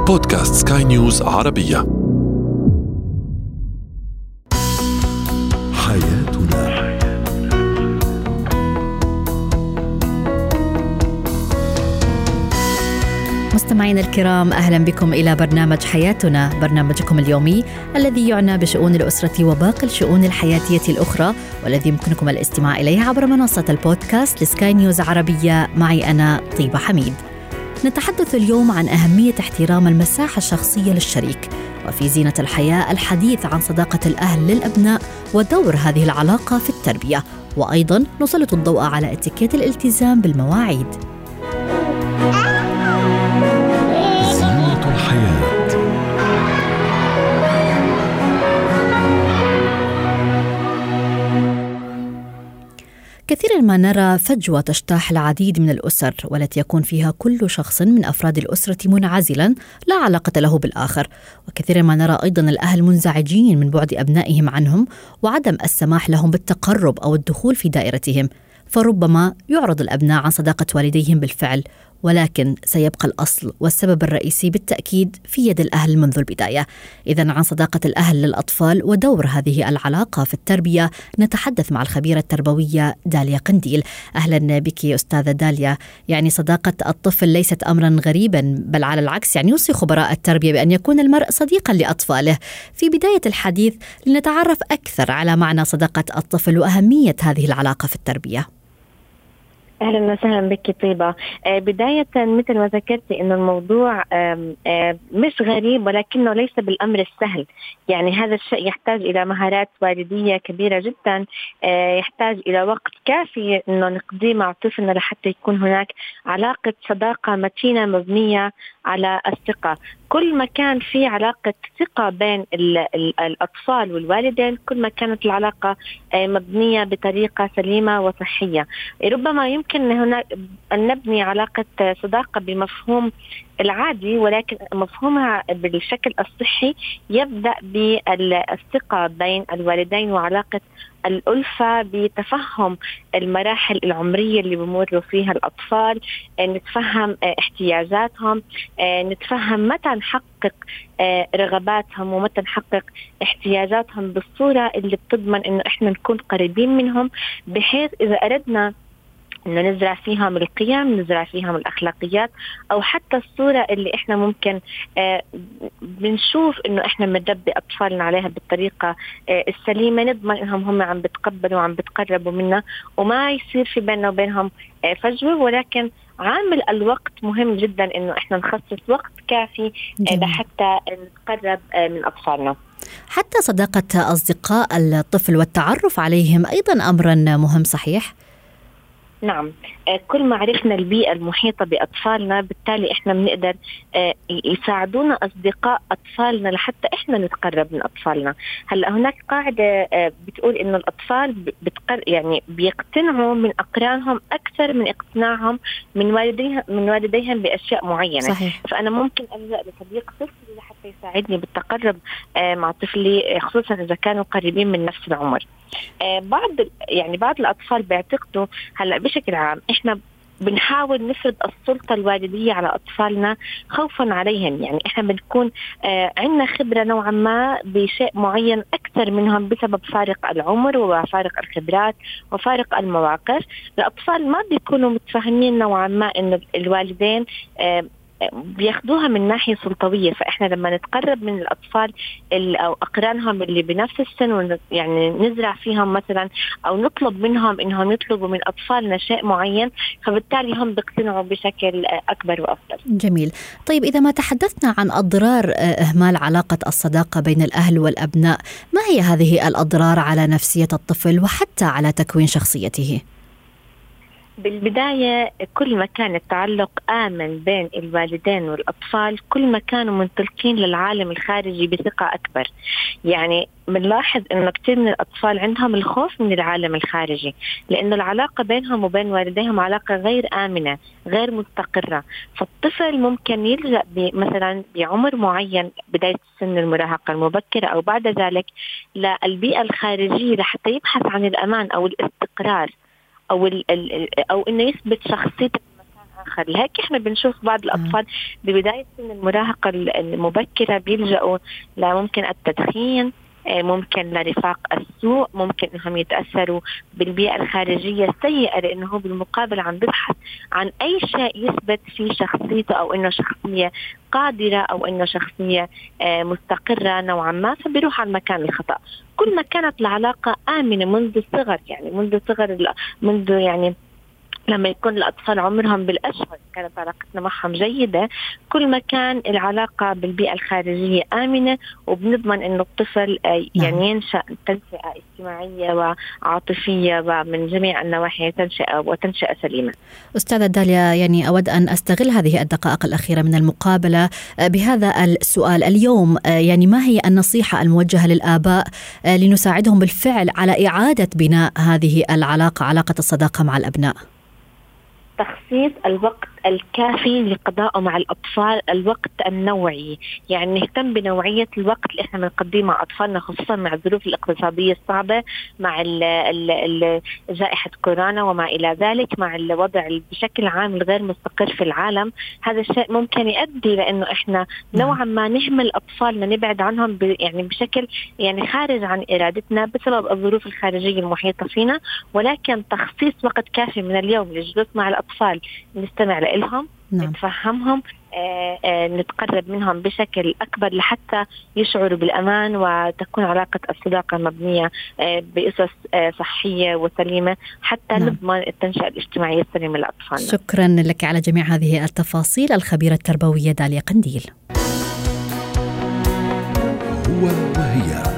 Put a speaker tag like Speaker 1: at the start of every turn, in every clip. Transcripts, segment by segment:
Speaker 1: بودكاست سكاي نيوز عربية. حياتنا.
Speaker 2: مستمعينا الكرام، أهلا بكم إلى برنامج حياتنا، برنامجكم اليومي الذي يعنى بشؤون الأسرة وباقي الشؤون الحياتية الأخرى، والذي يمكنكم الاستماع إليه عبر منصة البودكاست لسكاي نيوز عربية. معي أنا طيبة حميد. نتحدث اليوم عن أهمية احترام المساحة الشخصية للشريك، وفي زينة الحياة الحديث عن صداقة الأهل للأبناء ودور هذه العلاقة في التربية، وأيضا نسلط الضوء على اتيكيت الالتزام بالمواعيد. كثيرا ما نرى فجوة تجتاح العديد من الأسر، والتي يكون فيها كل شخص من أفراد الأسرة منعزلا لا علاقة له بالآخر، وكثيرا ما نرى أيضا الأهل منزعجين من بعد أبنائهم عنهم وعدم السماح لهم بالتقرب أو الدخول في دائرتهم، فربما يعرض الأبناء عن صداقة والديهم بالفعل، ولكن سيبقى الأصل والسبب الرئيسي بالتأكيد في يد الأهل منذ البداية. إذن عن صداقة الأهل للأطفال ودور هذه العلاقة في التربية نتحدث مع الخبيرة التربوية داليا قنديل. أهلا بك أستاذة داليا. يعني صداقة الطفل ليست أمرا غريبا، بل على العكس يعني يوصي خبراء التربية بأن يكون المرء صديقا لأطفاله. في بداية الحديث لنتعرف أكثر على معنى صداقة الطفل وأهمية هذه العلاقة في التربية.
Speaker 3: أهلا وسهلا بك طيبة. بداية مثل ما ذكرتي إنه الموضوع مش غريب، ولكنه ليس بالأمر السهل. يعني هذا الشيء يحتاج إلى مهارات والدية كبيرة جدا، يحتاج إلى وقت كافي إنه نقضيه مع طفلنا لحتى يكون هناك علاقة صداقة متينة مبنية على الثقة. كل ما كان في علاقة ثقة بين الأطفال والوالدين، كل ما كانت العلاقة مبنية بطريقة سليمة وصحية. ربما يمكن هنا أن نبني علاقة صداقة بمفهوم العادي، ولكن مفهومها بالشكل الصحي يبدأ بالثقة بين الوالدين وعلاقة الألفة بتفهم المراحل العمرية اللي بمروا فيها الأطفال، نتفهم احتياجاتهم، نتفهم متى نحقق رغباتهم ومتى نحقق احتياجاتهم بالصورة اللي بتضمن إنه إحنا نكون قريبين منهم، بحيث إذا أردنا إنه نزرع فيهم القيم، نزرع فيهم الأخلاقيات، أو حتى الصورة اللي إحنا ممكن بنشوف إنه إحنا بنربي أطفالنا عليها بالطريقة السليمة، نضمن إنهم هم عم بتقبلوا وعم بتقربوا منا، وما يصير في بيننا وبينهم فجوة. ولكن عامل الوقت مهم جدا، إنه إحنا نخصص وقت كافي لحتى نتقرب من أطفالنا.
Speaker 2: حتى صداقة أصدقاء الطفل والتعرف عليهم أيضا أمر مهم، صحيح؟
Speaker 3: نعم، كل ما عرفنا البيئة المحيطة بأطفالنا بالتالي إحنا بنقدر يساعدونا أصدقاء أطفالنا لحتى إحنا نتقرب من أطفالنا. هلأ هناك قاعدة بتقول إنه الأطفال يعني بيقتنعوا من أقرانهم أكثر من اقتناعهم من والديهم بأشياء معينة.
Speaker 2: صحيح.
Speaker 3: فأنا ممكن ألجأ لصديق طفلي لحتى يساعدني بالتقرب مع طفلي، خصوصا إذا كانوا قريبين من نفس العمر. بعض الأطفال بيعتقدوا، هلأ بشكل عام إحنا بنحاول نفرض السلطة الوالدية على أطفالنا خوفا عليهم. يعني إحنا بنكون عندنا خبرة نوعا ما بشيء معين أكثر منهم بسبب فارق العمر وفارق الخبرات وفارق المواقف. الأطفال ما بيكونوا متفاهمين نوعا ما إن الوالدين بياخدوها من ناحية سلطوية. فإحنا لما نتقرب من الأطفال أو أقرانهم اللي بنفس السن، يعني نزرع فيهم مثلا أو نطلب منهم إنهم يطلبوا من أطفالنا شيء معين، فبالتالي هم بيقتنعوا بشكل أكبر وأفضل.
Speaker 2: جميل. طيب، إذا ما تحدثنا عن أضرار إهمال علاقة الصداقة بين الأهل والأبناء، ما هي هذه الأضرار على نفسية الطفل وحتى على تكوين شخصيته؟
Speaker 3: بالبداية كل ما كان التعلق آمن بين الوالدين والأطفال، كل ما كانوا منطلقين للعالم الخارجي بثقة أكبر. يعني بنلاحظ إنه كثير من الأطفال عندهم الخوف من العالم الخارجي، لأنه العلاقة بينهم وبين والديهم علاقة غير آمنة، غير مستقرة. فالطفل ممكن يلجأ مثلا بعمر معين، بداية سن المراهقة المبكرة أو بعد ذلك، للبيئة الخارجية لحتى يبحث عن الأمان أو الاستقرار، أو إنه يثبت شخصيته في مكان الآخر. لهيك إحنا بنشوف بعض الأطفال ببداية سن المراهقة المبكرة بيلجأوا لممكن التدخين، ممكن لرفاق السوء، ممكن انهم يتأثروا بالبيئة الخارجية السيئة، لانه بالمقابل عم ببحث عن اي شيء يثبت في شخصيته او انه شخصية قادرة او انه شخصية مستقرة نوعا ما، فبيروح على المكان الخطأ. كل ما كانت العلاقة آمنة منذ الصغر، يعني منذ يعني لما يكون الأطفال عمرهم بالأشهر كانت علاقتنا معهم جيدة، كل ما كان العلاقة بالبيئة الخارجية آمنة، وبنضمن إنه الطفل يعني ينشأ تنشئة اجتماعية وعاطفية ومن جميع النواحي وتنشئة سليمة.
Speaker 2: أستاذة داليا، يعني أود أن أستغل هذه الدقائق الأخيرة من المقابلة بهذا السؤال اليوم. يعني ما هي النصيحة الموجهة للآباء لنساعدهم بالفعل على إعادة بناء هذه العلاقة، علاقة الصداقة مع الأبناء؟
Speaker 3: تخصيص الوقت الكافي لقضاءه مع الأطفال، الوقت النوعي، يعني نهتم بنوعية الوقت اللي احنا بنقضيه مع أطفالنا، خصوصا مع الظروف الاقتصادية الصعبة، مع جائحة كورونا وما إلى ذلك، مع الوضع بشكل عام الغير مستقر في العالم. هذا الشيء ممكن يؤدي لأنه احنا نوعا ما نهمل أطفالنا، نبعد عنهم يعني بشكل يعني خارج عن إرادتنا بسبب الظروف الخارجية المحيطة فينا. ولكن تخصيص وقت كافي من اليوم للجلوس مع الأطفال، نستمع لهم، نتفهمهم، نتقرب منهم بشكل أكبر لحتى يشعروا بالأمان، وتكون علاقة الصداقة مبنية بأسس صحية وسليمة حتى نضمن التنشئة الاجتماعية السليمة للأطفال.
Speaker 2: شكرا لك على جميع هذه التفاصيل، الخبيرة التربوية داليا قنديل.
Speaker 1: هو وهي.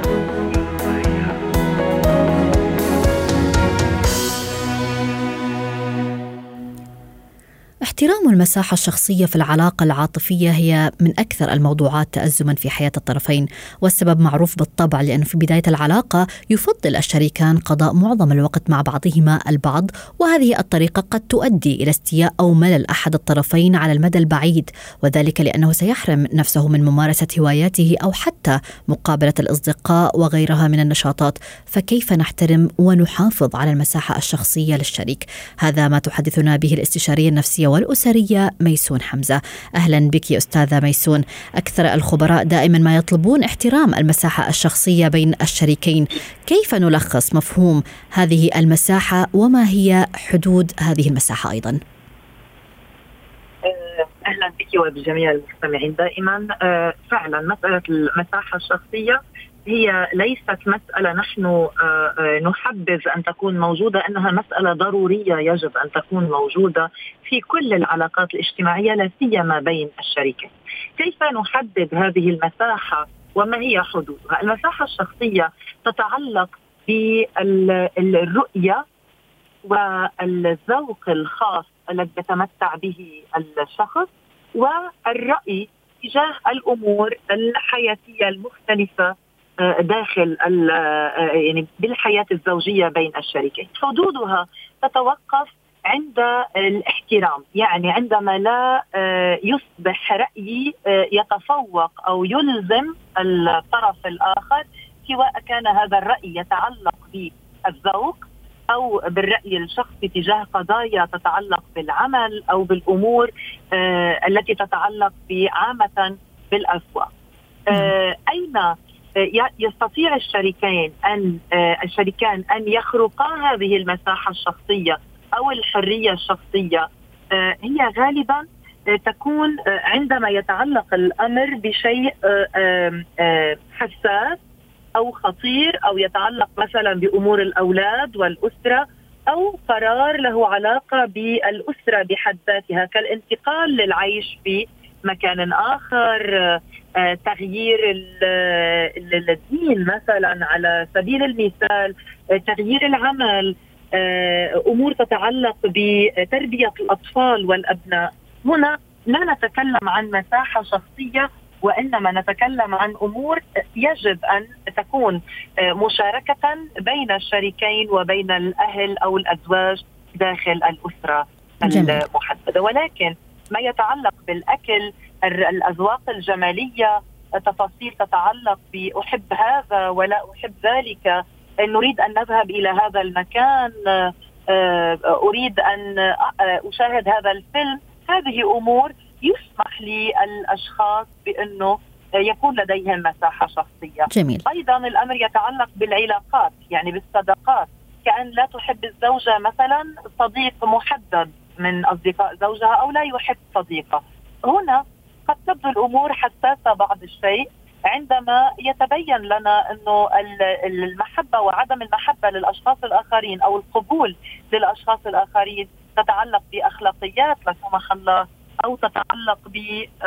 Speaker 2: احترام المساحة الشخصية في العلاقة العاطفية هي من أكثر الموضوعات تأزما في حياة الطرفين، والسبب معروف بالطبع، لأنه في بداية العلاقة يفضل الشريكان قضاء معظم الوقت مع بعضهما البعض، وهذه الطريقة قد تؤدي إلى استياء أو ملل أحد الطرفين على المدى البعيد، وذلك لأنه سيحرم نفسه من ممارسة هواياته أو حتى مقابلة الأصدقاء وغيرها من النشاطات. فكيف نحترم ونحافظ على المساحة الشخصية للشريك؟ هذا ما تحدثنا به الاستشارية النفسية والأسرية ميسون حمزة. أهلا بك يا أستاذة ميسون. أكثر الخبراء دائما ما يطلبون احترام المساحة الشخصية بين الشريكين، كيف نلخص مفهوم هذه المساحة وما هي حدود هذه المساحة أيضا؟
Speaker 4: أهلا بك وبجميع المستمعين. دائما فعلا مسألة المساحة الشخصية هي ليست مسألة نحن نحبذ أن تكون موجودة، أنها مسألة ضرورية يجب أن تكون موجودة في كل العلاقات الاجتماعية، لا سيما بين الشريكين. كيف نحدد هذه المساحة وما هي حدودها؟ المساحة الشخصية تتعلق بالرؤية والذوق الخاص الذي يتمتع به الشخص، والرأي تجاه الأمور الحياتية المختلفة داخل يعني بالحياة الزوجية بين الشريكين. حدودها تتوقف عند الاحترام، يعني عندما لا يصبح رأيي يتفوق أو يلزم الطرف الآخر، سواء كان هذا الرأي يتعلق بالذوق أو بالرأي الشخصي تجاه قضايا تتعلق بالعمل أو بالأمور التي تتعلق عامة بالأسواق. أين يستطيع الشريكان أن يخرقا هذه المساحة الشخصية أو الحرية الشخصية؟ هي غالبا تكون عندما يتعلق الأمر بشيء حساس أو خطير، أو يتعلق مثلا بأمور الأولاد والأسرة، أو قرار له علاقة بالأسرة بحد ذاتها، كالانتقال للعيش في مكان آخر، تغيير الدين مثلا على سبيل المثال، تغيير العمل، أمور تتعلق بتربية الأطفال والأبناء. هنا لا نتكلم عن مساحة شخصية، وإنما نتكلم عن أمور يجب أن تكون مشاركة بين الشريكين وبين الأهل أو الأزواج داخل الأسرة المحددة. ولكن ما يتعلق بالأكل، الأذواق الجمالية، تفاصيل تتعلق بأحب هذا ولا أحب ذلك، نريد أن نذهب إلى هذا المكان، أريد أن أشاهد هذا الفيلم. هذه أمور يسمح للأشخاص بأنه يكون لديهم مساحة شخصية.
Speaker 2: جميل.
Speaker 4: أيضا الأمر يتعلق بالعلاقات، يعني بالصداقات، كأن لا تحب الزوجة مثلا صديق محدد من أصدقاء زوجها أو لا يحب صديقة. هنا قد تبدو الأمور حساسة بعض الشيء عندما يتبين لنا أنه المحبة وعدم المحبة للأشخاص الآخرين أو القبول للأشخاص الآخرين تتعلق بأخلاقيات لا سمح الله، أو تتعلق ب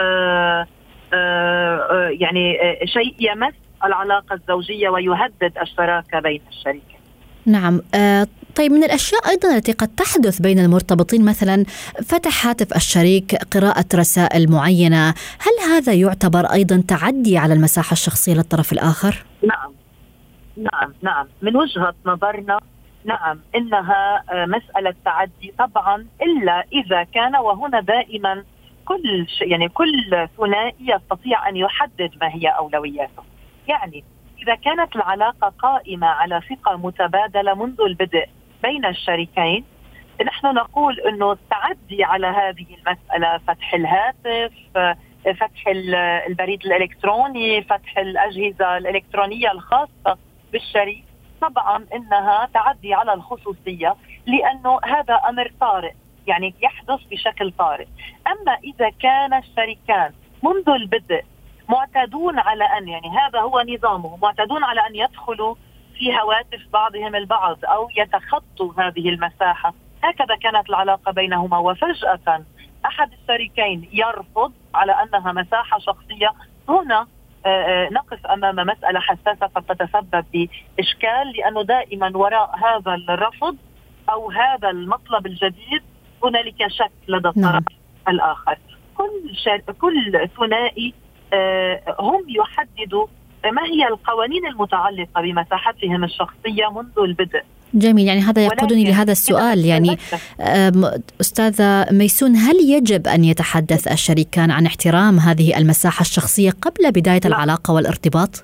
Speaker 4: يعني شيء يمس العلاقة الزوجية ويهدد الشراكة بين الشريكين.
Speaker 2: نعم. طيب، من الأشياء أيضا التي قد تحدث بين المرتبطين مثلا فتح هاتف الشريك، قراءة رسائل معينة، هل هذا يعتبر أيضا تعدي على المساحة الشخصية للطرف الآخر؟
Speaker 4: نعم من وجهة نظرنا نعم إنها مسألة تعدي طبعا، إلا إذا كان، وهنا دائما كل ثنائي يستطيع أن يحدد ما هي أولوياته. يعني إذا كانت العلاقة قائمة على ثقة متبادلة منذ البدء بين الشريكين، نحن نقول أنه التعدي على هذه المسألة، فتح الهاتف، فتح البريد الإلكتروني، فتح الأجهزة الإلكترونية الخاصة بالشريك، طبعا إنها تعدي على الخصوصية، لأنه هذا أمر طارئ، يعني يحدث بشكل طارئ. أما إذا كان الشريكان منذ البدء معتادون على أن، يعني هذا هو نظامه، معتادون على أن يدخلوا في هواتف بعضهم البعض أو يتخطوا هذه المساحة، هكذا كانت العلاقة بينهما، وفجأة أحد الشريكين يرفض على أنها مساحة شخصية، هنا نقف أمام مسألة حساسة قد تتسبب بإشكال، لأنه دائما وراء هذا الرفض أو هذا المطلب الجديد هنالك شك لدى الطرف الآخر. كل ثنائي هم يحددوا ما هي القوانين المتعلقة بمساحتهم الشخصية منذ البدء.
Speaker 2: جميل. يعني هذا يقودني لهذا السؤال، يعني أستاذة ميسون، هل يجب أن يتحدث الشريكان عن احترام هذه المساحة الشخصية قبل بداية العلاقة والارتباط؟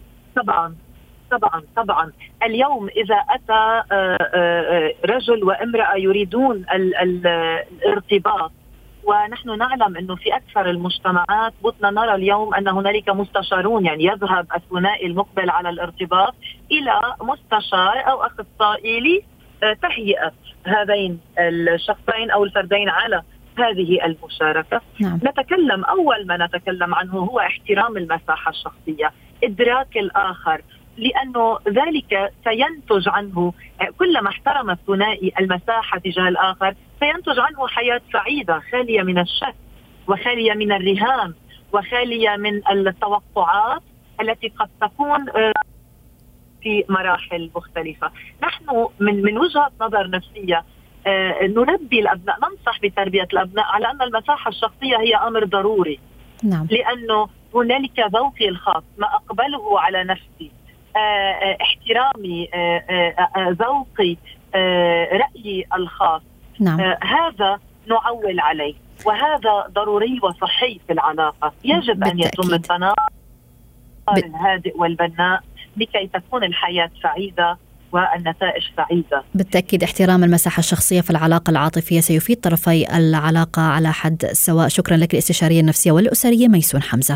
Speaker 4: طبعا اليوم إذا أتى رجل وامرأة يريدون الارتباط، ونحن نعلم أنه في أكثر المجتمعات بطنا نرى اليوم أن هنالك مستشارون، يعني يذهب الثنائي المقبل على الارتباط إلى مستشار أو أخصائي لتهيئة هذين الشخصين أو الفردين على هذه المشاركة. أول ما نتكلم عنه هو احترام المساحة الشخصية، إدراك الآخر، لأنه ذلك سينتج عنه، كلما احترم الثنائي المساحة تجاه الآخر سينتج عنه حياة سعيدة خالية من الشك وخالية من الرهان وخالية من التوقعات التي قد تكون في مراحل مختلفة. نحن من وجهة نظر نفسية نربي الأبناء، ننصح بتربية الأبناء على أن المساحة الشخصية هي أمر ضروري. لأنه هنالك ذوقي الخاص، ما أقبله على نفسي، احترامي، ذوقي، رأيي الخاص، هذا نعول عليه، وهذا ضروري وصحي في العلاقة. يجب أن يتم التناول الهادئ والبناء لكي تكون الحياة سعيدة والنتائج سعيدة.
Speaker 2: بالتأكيد احترام المساحة الشخصية في العلاقة العاطفية سيفيد طرفي العلاقة على حد سواء. شكرا لك الاستشارية النفسية والأسرية ميسون حمزة.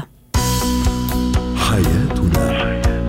Speaker 1: حياتنا.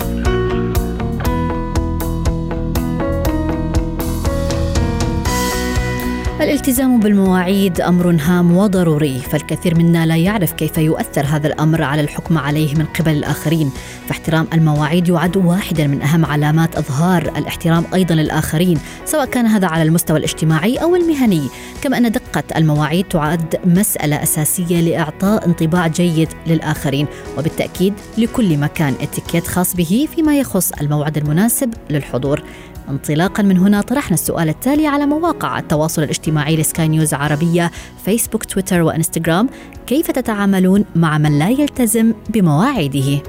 Speaker 2: الالتزام بالمواعيد أمر هام وضروري، فالكثير منا لا يعرف كيف يؤثر هذا الأمر على الحكم عليه من قبل الآخرين، فاحترام المواعيد يعد واحدا من أهم علامات إظهار الاحترام أيضا للآخرين، سواء كان هذا على المستوى الاجتماعي أو المهني. كما أن دقة المواعيد تعد مسألة أساسية لإعطاء انطباع جيد للآخرين، وبالتأكيد لكل مكان اتيكيت خاص به فيما يخص الموعد المناسب للحضور. انطلاقا من هنا طرحنا السؤال التالي على مواقع التواصل الاجتماعي لسكاي نيوز عربية، فيسبوك، تويتر وإنستغرام: كيف تتعاملون مع من لا يلتزم بمواعيده؟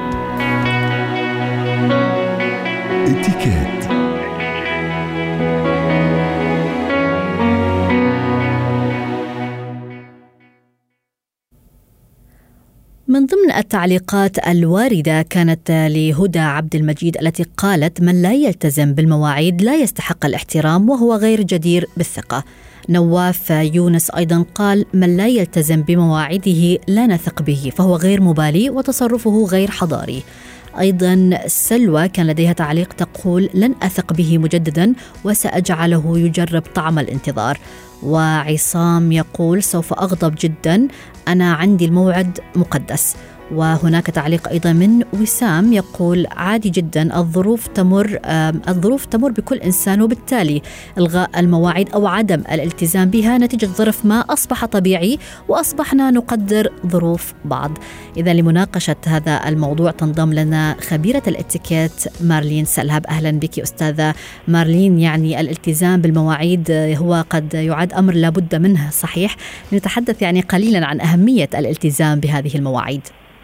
Speaker 1: اتيكيت.
Speaker 2: من ضمن التعليقات الواردة كانت لهدى عبد المجيد التي قالت: من لا يلتزم بالمواعيد لا يستحق الاحترام وهو غير جدير بالثقة. نواف يونس أيضا قال: من لا يلتزم بمواعيده لا نثق به فهو غير مبالي وتصرفه غير حضاري. أيضا سلوى كان لديها تعليق تقول: لن أثق به مجددا وسأجعله يجرب طعم الانتظار. وعصام يقول: سوف أغضب جدا، أنا عندي الموعد مقدس. وهناك تعليق أيضا من وسام يقول: عادي جدا، الظروف تمر بكل إنسان، وبالتالي إلغاء المواعيد أو عدم الالتزام بها نتيجة ظرف ما أصبح طبيعي وأصبحنا نقدر ظروف بعض. إذا لمناقشة هذا الموضوع تنضم لنا خبيرة الاتيكيت مارلين سلهب. أهلا بك أستاذة مارلين. يعني الالتزام بالمواعيد هو قد يعد أمر لابد منه، صحيح؟ نتحدث يعني قليلا عن أهمية الالتزام بهذه المواعيد.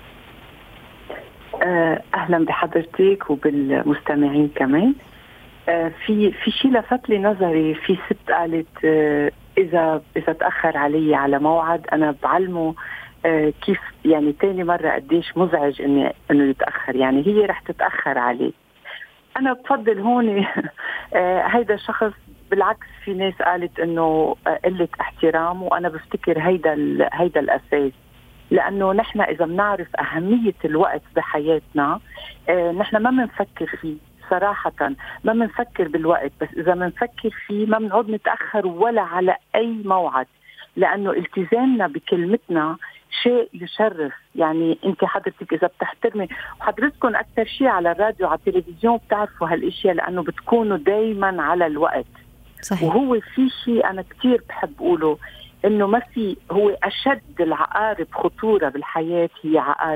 Speaker 5: أهلا بحضرتك وبالمستمعين كمان. في شيء لفت لي نظري، في ست قالت إذا تأخر علي على موعد أنا بعلمه كيف، يعني تاني مرة قديش مزعج إنه يتأخر، يعني هي رح تتأخر عليه. أنا بفضل هون هيدا الشخص، بالعكس في ناس قالت إنه قلة احترام، وأنا بفتكر هيدا الأساس، لأنه نحن إذا بنعرف أهمية الوقت بحياتنا نحن ما بنفكر فيه صراحة، ما بنفكر بالوقت، بس إذا بنفكر فيه ما بنقعد نتأخر ولا على أي موعد، لأنه التزامنا بكلمتنا شيء يشرف. يعني أنت حضرتك إذا بتحترمي، وحضرتكم أكثر شيء على الراديو على التلفزيون بتعرفوا هالإشياء لأنه بتكونوا دايما على الوقت.
Speaker 2: صحيح.
Speaker 5: وهو في شيء أنا كتير بحب أقوله، إنه ما في، هو أشد العقارب خطورة بالحياة هي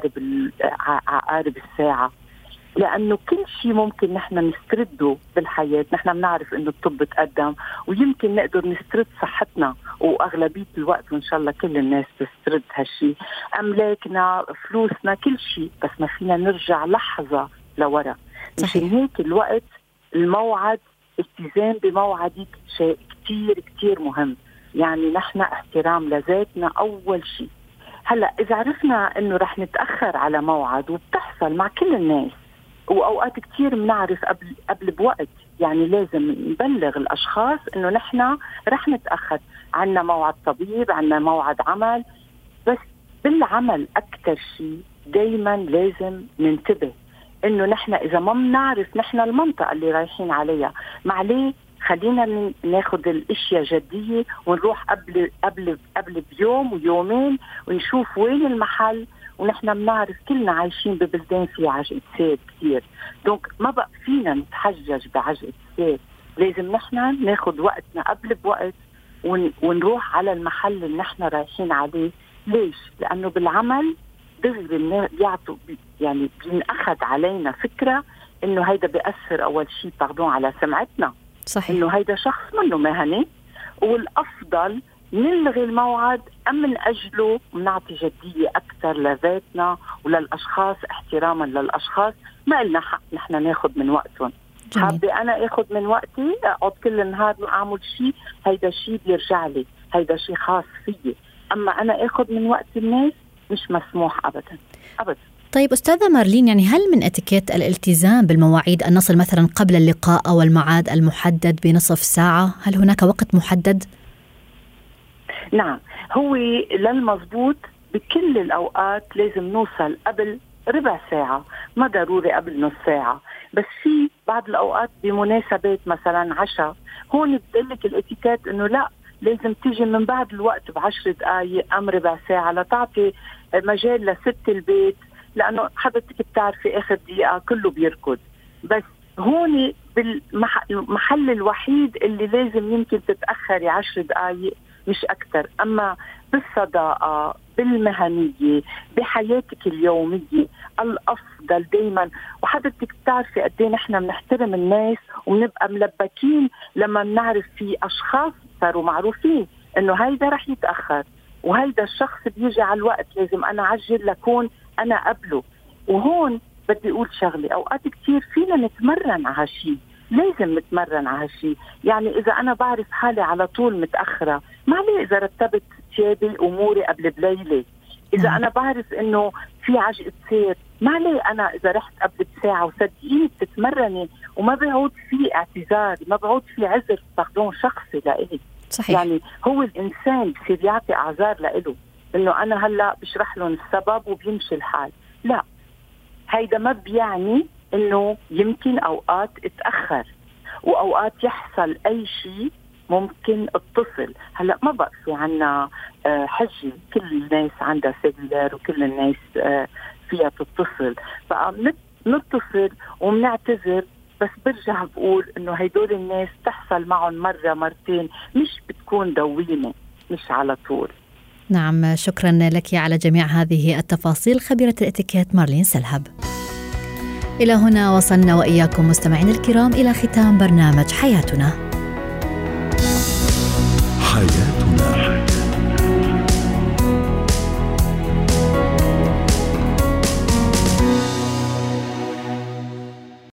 Speaker 5: عقارب الساعة، لأنه كل شيء ممكن نحن نسترده بالحياة. نحن بنعرف إنه الطب تقدم ويمكن نقدر نسترد صحتنا، وأغلبية الوقت وإن شاء الله كل الناس تسترد هالشيء، أملاكنا، فلوسنا، كل شيء، بس ما فينا نرجع لحظة لورا. مشان هيك الوقت، الموعد، التزام بموعدك شيء كتير كتير مهم. يعني نحن احترام لذاتنا أول شيء. هلأ إذا عرفنا إنه رح نتأخر على موعد، وبتحصل مع كل الناس، وأوقات كتير بنعرف قبل بوقت، يعني لازم نبلغ الأشخاص إنه نحن رح نتأخر، عنا موعد طبيب، عنا موعد عمل. بس بالعمل أكتر شيء دايما لازم ننتبه إنه نحن إذا ما بنعرف نحن المنطقة اللي رايحين عليها، معليه خلينا ناخد الاشياء جدية ونروح قبل بيوم ويومين ونشوف وين المحل. ونحن بنعرف كلنا عايشين ببلدان فيها عجقة سير كتير، دونك ما بقى فينا نتحجج بعجقة سير. لازم نحن ناخد وقتنا قبل بوقت ونروح على المحل اللي نحن رايحين عليه. ليش؟ لأنه بالعمل دغري بيعطوا، يعني بينأخذ علينا فكرة إنه هيدا بيأثر أول شيء على سمعتنا.
Speaker 2: صحيح.
Speaker 5: إنه هيدا شخص منه مهني، والأفضل نلغي الموعد أم نأجله ونعطي جدية أكثر لذاتنا وللأشخاص، احتراما للأشخاص. ما لنا حق نحن ناخد من وقتهم. حابة أنا أخذ من وقتي أقعد كل النهار أعمل شيء، هيدا شيء بيرجع لي، هيدا شيء خاص فيي. أما أنا أخذ من وقت الناس مش مسموح أبدا أبدا.
Speaker 2: طيب أستاذة مارلين، يعني هل من اتيكيت الالتزام بالمواعيد أن نصل مثلا قبل اللقاء أو الميعاد المحدد بنصف ساعة؟ هل هناك وقت محدد؟
Speaker 5: نعم، هو للمضبوط بكل الأوقات لازم نوصل قبل ربع ساعة، ما ضروري قبل نص ساعة. بس في بعض الأوقات بمناسبات مثلا عشاء، هون بتقلك الاتيكيت إنه لا، لازم تيجي من بعد الوقت ب10 دقايق أم ربع ساعة لتعطي مجال لست البيت، لأنه حضرتك بتعرفي آخر دقيقة كله بيركض. بس هون بالمحل الوحيد اللي لازم يمكن تتأخري 10 دقايق مش أكتر. أما بالصداقة، بالمهنية، بحياتك اليومية، الأفضل دايما. وحضرتك بتعرفي قد ايه نحن بنحترم الناس وبنبقى ملبكين لما بنعرف في أشخاص صاروا معروفين إنه هيدا رح يتأخر وهيدا الشخص بيجي على الوقت، لازم أنا أعجل لكون أنا قبله. وهون بدي أقول شغلي، أوقات كتير فينا نتمرن على هالشي، لازم نتمرن على هالشي. يعني إذا أنا بعرف حالي على طول متأخرة، ما عليه إذا رتبت ثيابي أموري قبل بليلة. إذا أنا بعرف إنه في عجقة سير، ما لي أنا إذا رحت قبل بساعة وصدقيني بتتمرني وما بعود في اعتذار، ما بعود في عذر باخدون شخصي لإلي.
Speaker 2: صحيح.
Speaker 5: يعني هو الإنسان بصير يعطي أعذار لإله إنه أنا هلأ بشرح لهم السبب وبيمشي الحال. لا، هيدا ما بيعني إنه يمكن أوقات اتأخر وأوقات يحصل أي شيء ممكن اتصل. هلأ ما بقى في عنا حجة، كل الناس عندها سيلولار وكل الناس فيها تتصل، فنتصل ومنعتذر. بس برجع بقول إنه هيدول الناس تحصل معهم مرة مرتين، مش بتكون دوينة، مش على طول.
Speaker 2: نعم، شكرا لك على جميع هذه التفاصيل خبيرة الاتيكيت مارلين سلهب. إلى هنا وصلنا وإياكم مستمعين الكرام إلى ختام برنامج حياتنا.
Speaker 1: حياتنا.